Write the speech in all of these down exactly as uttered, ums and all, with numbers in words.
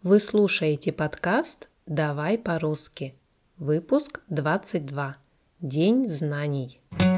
Вы слушаете подкаст «Давай по-русски». Выпуск двадцать два. День знаний.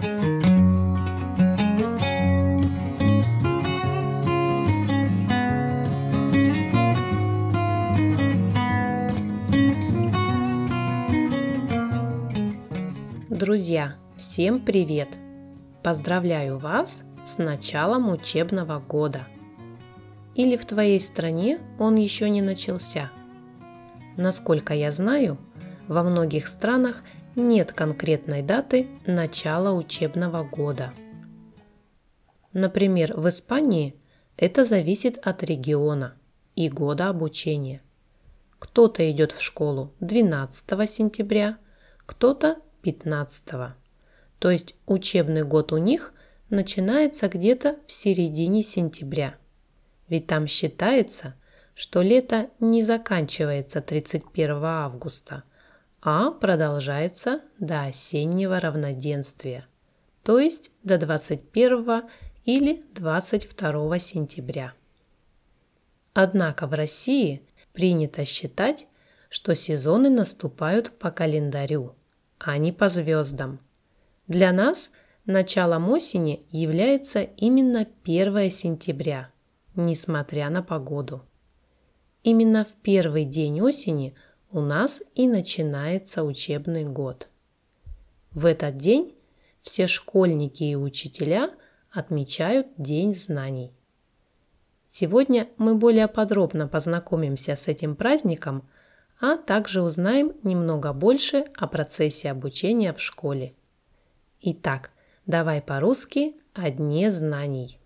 Друзья, всем привет! Поздравляю вас с началом учебного года. Или в твоей стране он еще не начался. Насколько я знаю, во многих странах нет конкретной даты начала учебного года. Например, в Испании это зависит от региона и года обучения. Кто-то идет в школу двенадцатого сентября, кто-то пятнадцатого. То есть учебный год у них начинается где-то в середине сентября. Ведь там считается, что лето не заканчивается тридцать первого августа, а продолжается до осеннего равноденствия, то есть до двадцать первого или двадцать второго сентября. Однако в России принято считать, что сезоны наступают по календарю, а не по звездам. Для нас началом осени является именно первое сентября, несмотря на погоду. Именно в первый день осени у нас и начинается учебный год. В этот день все школьники и учителя отмечают День знаний. Сегодня мы более подробно познакомимся с этим праздником, а также узнаем немного больше о процессе обучения в школе. Итак, давай по-русски о Дне знаний.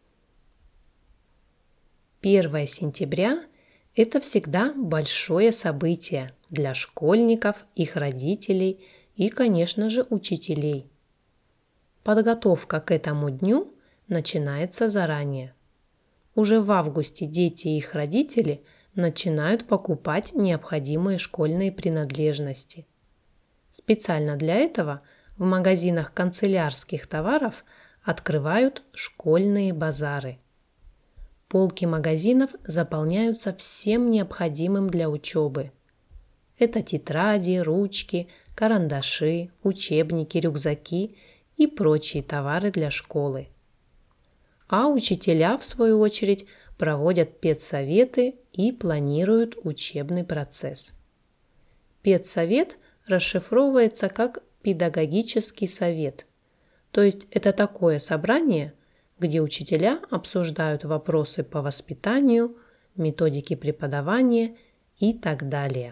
первое сентября – это всегда большое событие для школьников, их родителей и, конечно же, учителей. Подготовка к этому дню начинается заранее. Уже в августе дети и их родители начинают покупать необходимые школьные принадлежности. Специально для этого в магазинах канцелярских товаров открывают школьные базары. Полки магазинов заполняются всем необходимым для учебы. Это тетради, ручки, карандаши, учебники, рюкзаки и прочие товары для школы. А учителя, в свою очередь, проводят педсоветы и планируют учебный процесс. Педсовет расшифровывается как педагогический совет, то есть это такое собрание, где учителя обсуждают вопросы по воспитанию, методики преподавания и так далее.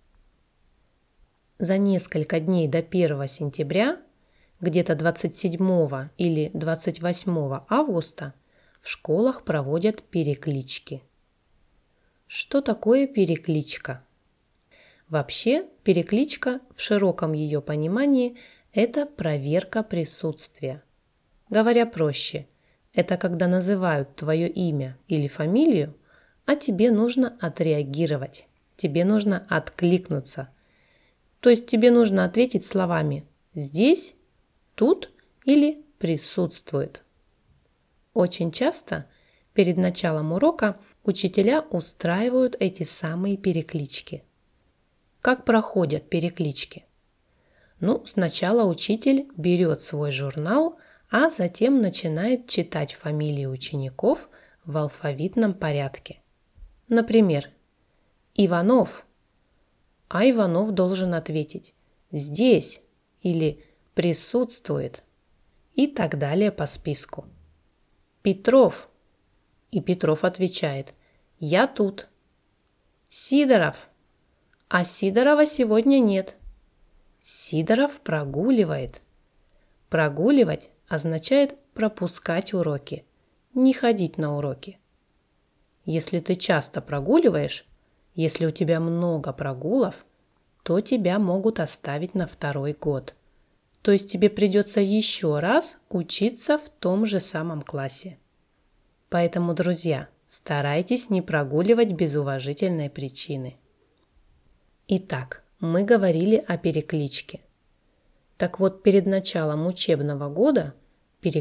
За несколько дней до первого сентября, где-то двадцать седьмого или двадцать восьмого августа, в школах проводят переклички. Что такое перекличка? Вообще, перекличка в широком ее понимании – это проверка присутствия. Говоря проще, это когда называют твое имя или фамилию, а тебе нужно отреагировать, тебе нужно откликнуться. То есть тебе нужно ответить словами «здесь», «тут» или «присутствует». Очень часто перед началом урока учителя устраивают эти самые переклички. Как проходят переклички? Ну, сначала учитель берет свой журнал, а затем начинает читать фамилии учеников в алфавитном порядке. Например, Иванов, а Иванов должен ответить «здесь» или «присутствует» и так далее по списку. Петров, и Петров отвечает «я тут». Сидоров, а Сидорова сегодня нет. Сидоров прогуливает. Прогуливать означает пропускать уроки, не ходить на уроки. Если ты часто прогуливаешь, если у тебя много прогулов, то тебя могут оставить на второй год. То есть тебе придется еще раз учиться в том же самом классе. Поэтому, друзья, старайтесь не прогуливать без уважительной причины. Итак, мы говорили о перекличке. Так вот, перед началом учебного года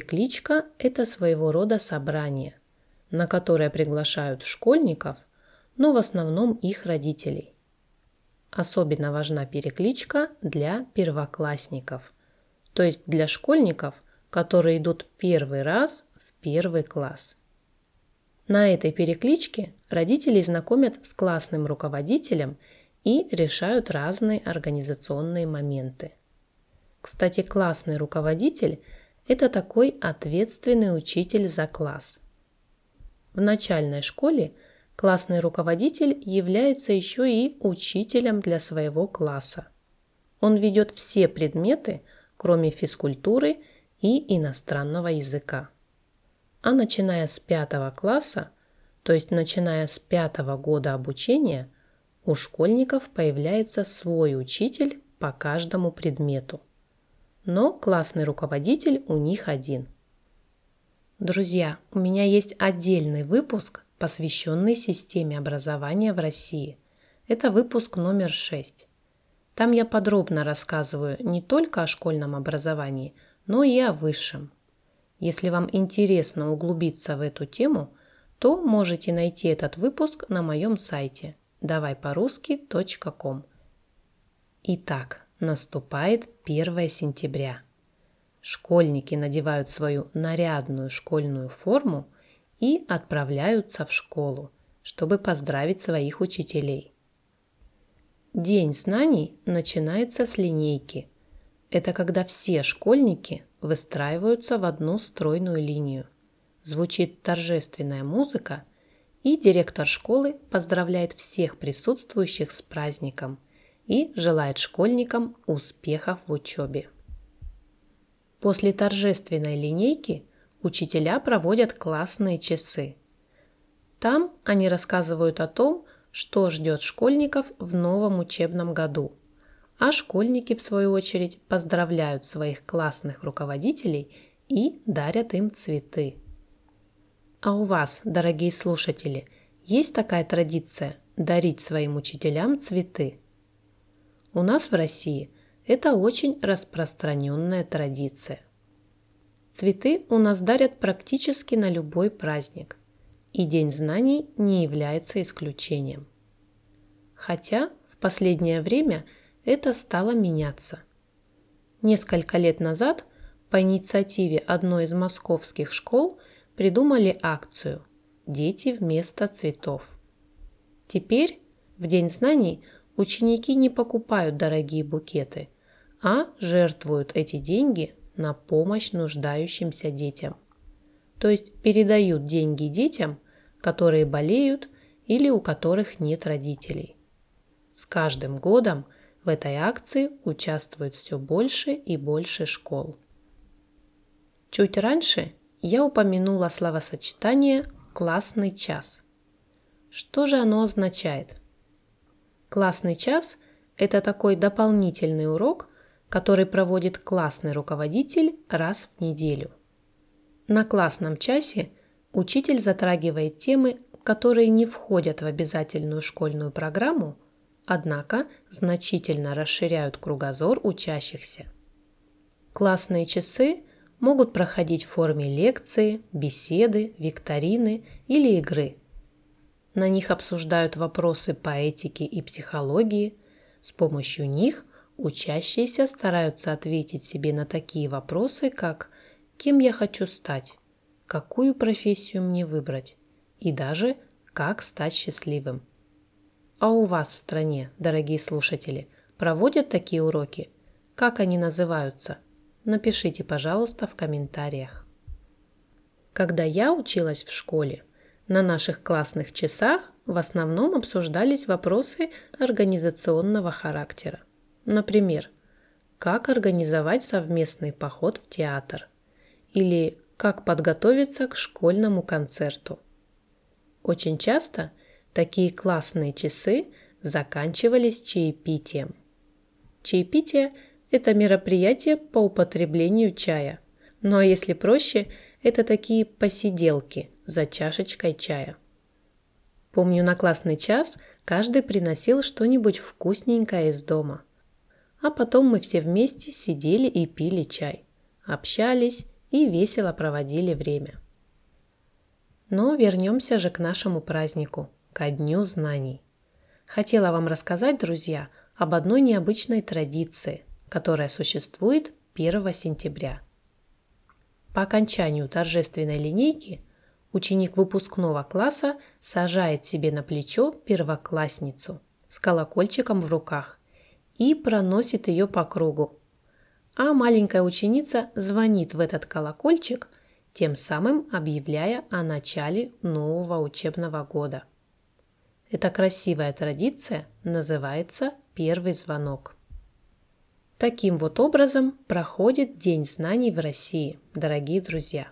перекличка – это своего рода собрание, на которое приглашают школьников, но в основном их родителей. Особенно важна перекличка для первоклассников, то есть для школьников, которые идут первый раз в первый класс. На этой перекличке родителей знакомят с классным руководителем и решают разные организационные моменты. Кстати, классный руководитель – это такой ответственный учитель за класс. В начальной школе классный руководитель является еще и учителем для своего класса. Он ведет все предметы, кроме физкультуры и иностранного языка. А начиная с пятого класса, то есть начиная с пятого года обучения, у школьников появляется свой учитель по каждому предмету. Но классный руководитель у них один. Друзья, у меня есть отдельный выпуск, посвященный системе образования в России. Это выпуск номер шесть. Там я подробно рассказываю не только о школьном образовании, но и о высшем. Если вам интересно углубиться в эту тему, то можете найти этот выпуск на моем сайте давай по русски точка ком. Итак, наступает первое сентября. Школьники надевают свою нарядную школьную форму и отправляются в школу, чтобы поздравить своих учителей. День знаний начинается с линейки. Это когда все школьники выстраиваются в одну стройную линию. Звучит торжественная музыка, и директор школы поздравляет всех присутствующих с праздником и желает школьникам успехов в учебе. После торжественной линейки учителя проводят классные часы. Там они рассказывают о том, что ждет школьников в новом учебном году, а школьники, в свою очередь, поздравляют своих классных руководителей и дарят им цветы. А у вас, дорогие слушатели, есть такая традиция дарить своим учителям цветы? У нас в России это очень распространенная традиция. Цветы у нас дарят практически на любой праздник, и День знаний не является исключением. Хотя в последнее время это стало меняться. Несколько лет назад по инициативе одной из московских школ придумали акцию «Дети вместо цветов». Теперь в День знаний ученики не покупают дорогие букеты, а жертвуют эти деньги на помощь нуждающимся детям. То есть передают деньги детям, которые болеют или у которых нет родителей. С каждым годом в этой акции участвует все больше и больше школ. Чуть раньше я упомянула словосочетание «классный час». Что же оно означает? Классный час – это такой дополнительный урок, который проводит классный руководитель раз в неделю. На классном часе учитель затрагивает темы, которые не входят в обязательную школьную программу, однако значительно расширяют кругозор учащихся. Классные часы могут проходить в форме лекции, беседы, викторины или игры. На них обсуждают вопросы по этике и психологии. С помощью них учащиеся стараются ответить себе на такие вопросы, как «Кем я хочу стать?», «Какую профессию мне выбрать?» и даже «Как стать счастливым?». А у вас в стране, дорогие слушатели, проводят такие уроки? Как они называются? Напишите, пожалуйста, в комментариях. Когда я училась в школе, на наших классных часах в основном обсуждались вопросы организационного характера. Например, как организовать совместный поход в театр или как подготовиться к школьному концерту. Очень часто такие классные часы заканчивались чаепитием. Чаепитие – это мероприятие по употреблению чая. Ну а если проще, это такие посиделки за чашечкой чая. Помню, на классный час каждый приносил что-нибудь вкусненькое из дома. А потом мы все вместе сидели и пили чай, общались и весело проводили время. Но вернемся же к нашему празднику, ко Дню знаний. Хотела вам рассказать, друзья, об одной необычной традиции, которая существует первого сентября. По окончанию торжественной линейки ученик выпускного класса сажает себе на плечо первоклассницу с колокольчиком в руках и проносит ее по кругу. А маленькая ученица звонит в этот колокольчик, тем самым объявляя о начале нового учебного года. Эта красивая традиция называется «Первый звонок». Таким вот образом проходит День знаний в России, дорогие друзья.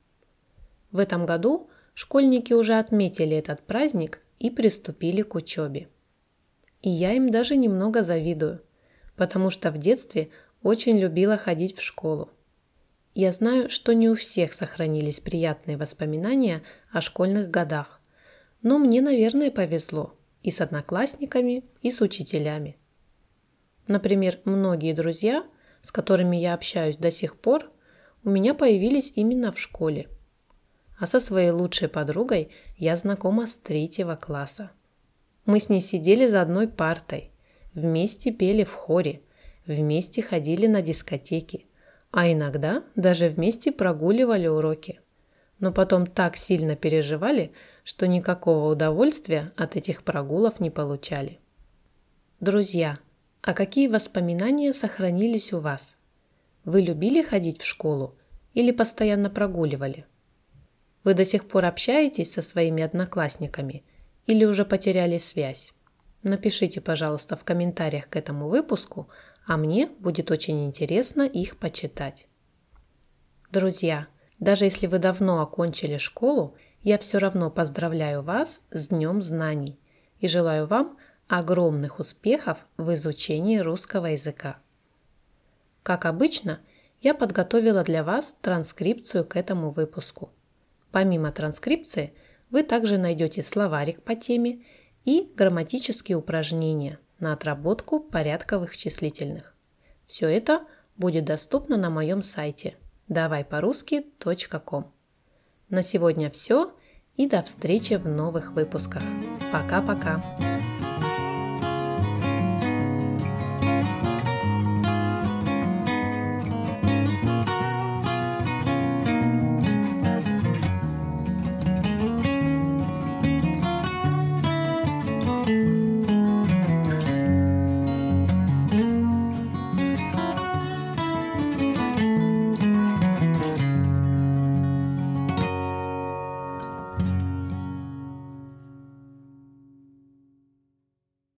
В этом году школьники уже отметили этот праздник и приступили к учебе. И я им даже немного завидую, потому что в детстве очень любила ходить в школу. Я знаю, что не у всех сохранились приятные воспоминания о школьных годах, но мне, наверное, повезло и с одноклассниками, и с учителями. Например, многие друзья, с которыми я общаюсь до сих пор, у меня появились именно в школе. А со своей лучшей подругой я знакома с третьего класса. Мы с ней сидели за одной партой, вместе пели в хоре, вместе ходили на дискотеки, а иногда даже вместе прогуливали уроки. Но потом так сильно переживали, что никакого удовольствия от этих прогулов не получали. Друзья, а какие воспоминания сохранились у вас? Вы любили ходить в школу или постоянно прогуливали? Вы до сих пор общаетесь со своими одноклассниками или уже потеряли связь? Напишите, пожалуйста, в комментариях к этому выпуску, а мне будет очень интересно их почитать. Друзья, даже если вы давно окончили школу, я все равно поздравляю вас с Днем знаний и желаю вам огромных успехов в изучении русского языка. Как обычно, я подготовила для вас транскрипцию к этому выпуску. Помимо транскрипции, вы также найдете словарик по теме и грамматические упражнения на отработку порядковых числительных. Все это будет доступно на моем сайте давай по русски точка ком. На сегодня все и до встречи в новых выпусках. Пока-пока!